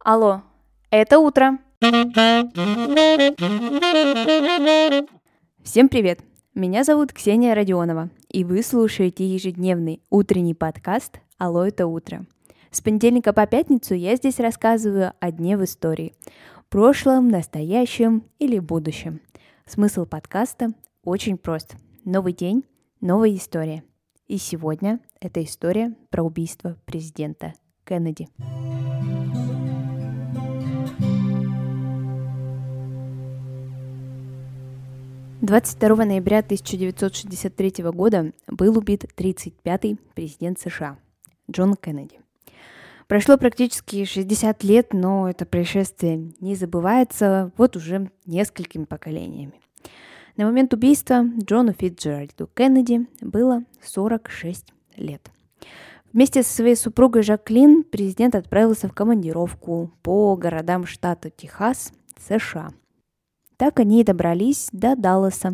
Алло, это утро. Всем привет! Меня зовут Ксения Родионова, и вы слушаете ежедневный утренний подкаст «Алло, это утро». С понедельника по пятницу я здесь рассказываю о дне в истории. Прошлом, настоящем или будущем. Смысл подкаста очень прост. Новый день, новая история. И сегодня это история про убийство президента Кеннеди. — 22 ноября 1963 года был убит 35-й президент США Джон Кеннеди. Прошло практически 60 лет, но это происшествие не забывается вот уже несколькими поколениями. На момент убийства Джону Фицджеральду Кеннеди было 46 лет. Вместе со своей супругой Жаклин президент отправился в командировку по городам штата Техас, США. Так они и добрались до Далласа,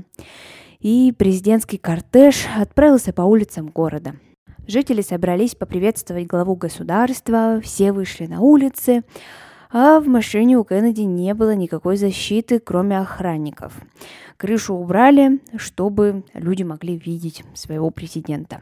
и президентский кортеж отправился по улицам города. Жители собрались поприветствовать главу государства, все вышли на улицы, а в машине у Кеннеди не было никакой защиты, кроме охранников. Крышу убрали, чтобы люди могли видеть своего президента.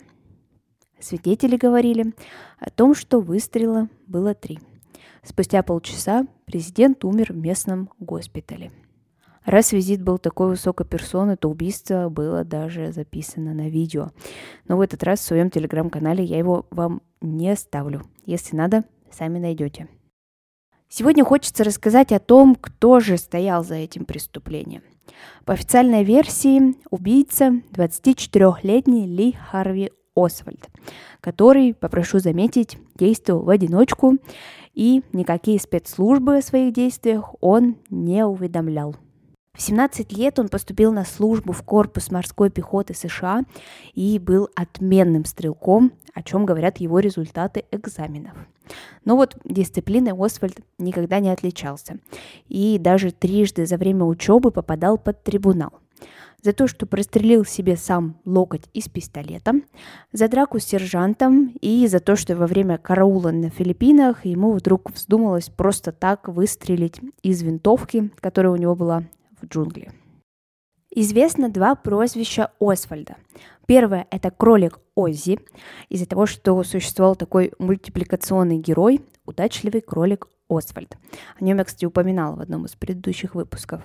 Свидетели говорили о том, что выстрела было 3. Спустя полчаса президент умер в местном госпитале. Раз визит был такой высокой персоны, то убийство было даже записано на видео. Но в этот раз в своем телеграм-канале я его вам не оставлю. Если надо, сами найдете. Сегодня хочется рассказать о том, кто же стоял за этим преступлением. По официальной версии, убийца 24-летний Ли Харви Освальд, который, попрошу заметить, действовал в одиночку, и никакие спецслужбы о своих действиях он не уведомлял. В 17 лет он поступил на службу в корпус морской пехоты США и был отменным стрелком, о чем говорят его результаты экзаменов. Но вот дисциплиной Освальд никогда не отличался и даже трижды за время учебы попадал под трибунал. За то, что прострелил себе сам локоть из пистолета, за драку с сержантом и за то, что во время караула на Филиппинах ему вдруг вздумалось просто так выстрелить из винтовки, которая у него была в джунгли. Известно 2 прозвища Освальда. Первое – это кролик Оззи, из-за того, что существовал такой мультипликационный герой, удачливый кролик Освальд. О нем я, кстати, упоминала в одном из предыдущих выпусков.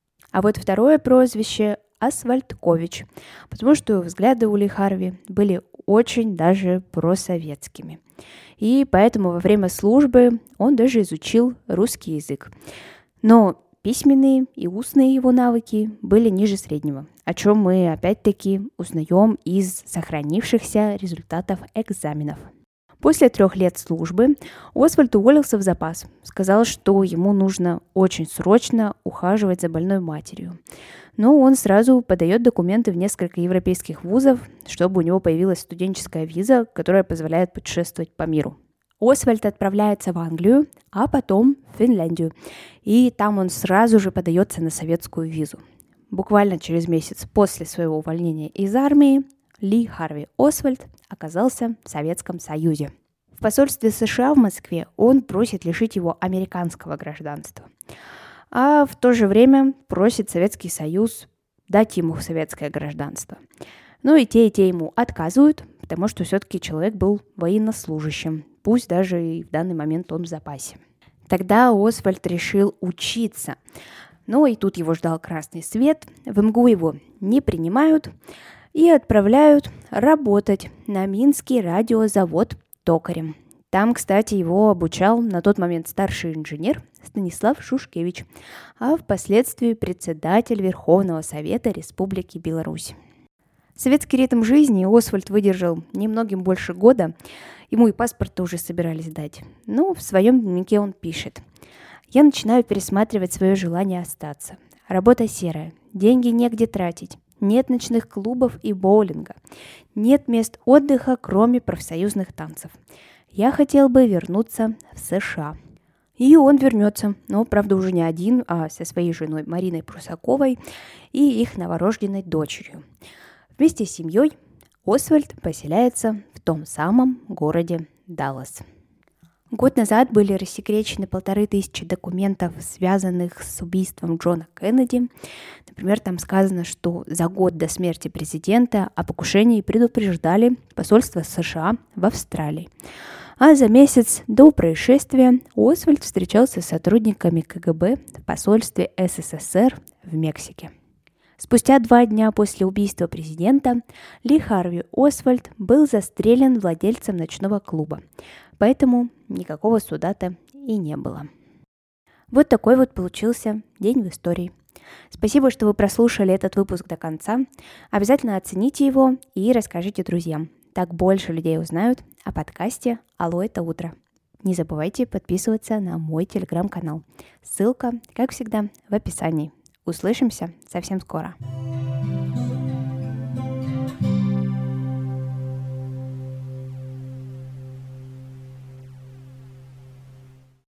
А вот второе прозвище – Асфальткович, потому что взгляды у Ли Харви были очень даже просоветскими. И поэтому во время службы он даже изучил русский язык. Но письменные и устные его навыки были ниже среднего, о чем мы опять-таки узнаем из сохранившихся результатов экзаменов. После 3 лет службы Освальд уволился в запас. Сказал, что ему нужно очень срочно ухаживать за больной матерью. Но он сразу подает документы в несколько европейских вузов, чтобы у него появилась студенческая виза, которая позволяет путешествовать по миру. Освальд отправляется в Англию, а потом в Финляндию. И там он сразу же подается на советскую визу. Буквально через месяц после своего увольнения из армии Ли Харви Освальд оказался в Советском Союзе. В посольстве США в Москве он просит лишить его американского гражданства. А в то же время просит Советский Союз дать ему советское гражданство. Ну и те ему отказывают, потому что все-таки человек был военнослужащим, пусть даже и в данный момент он в запасе. Тогда Освальд решил учиться. Но и тут его ждал красный свет, в МГУ его не принимают и отправляют работать на Минский радиозавод токарем. Там, кстати, его обучал на тот момент старший инженер Станислав Шушкевич, а впоследствии председатель Верховного Совета Республики Беларусь. Советский ритм жизни Освальд выдержал немногим больше года, ему и паспорт уже собирались дать. Но в своем дневнике он пишет: «Я начинаю пересматривать свое желание остаться. Работа серая, деньги негде тратить, нет ночных клубов и боулинга, нет мест отдыха, кроме профсоюзных танцев. Я хотел бы вернуться в США». И он вернется, но, правда, уже не один, а со своей женой Мариной Прусаковой и их новорожденной дочерью. Вместе с семьей Освальд поселяется в том самом городе Даллас. Год назад были рассекречены 1500 документов, связанных с убийством Джона Кеннеди. Например, там сказано, что за год до смерти президента о покушении предупреждали посольство США в Австралии. А за месяц до происшествия Освальд встречался с сотрудниками КГБ в посольстве СССР в Мексике. Спустя 2 дня после убийства президента Ли Харви Освальд был застрелен владельцем ночного клуба, поэтому никакого суда-то и не было. Вот такой вот получился день в истории. Спасибо, что вы прослушали этот выпуск до конца. Обязательно оцените его и расскажите друзьям. Так больше людей узнают о подкасте «Алло, это утро». Не забывайте подписываться на мой телеграм-канал. Ссылка, как всегда, в описании. Услышимся совсем скоро.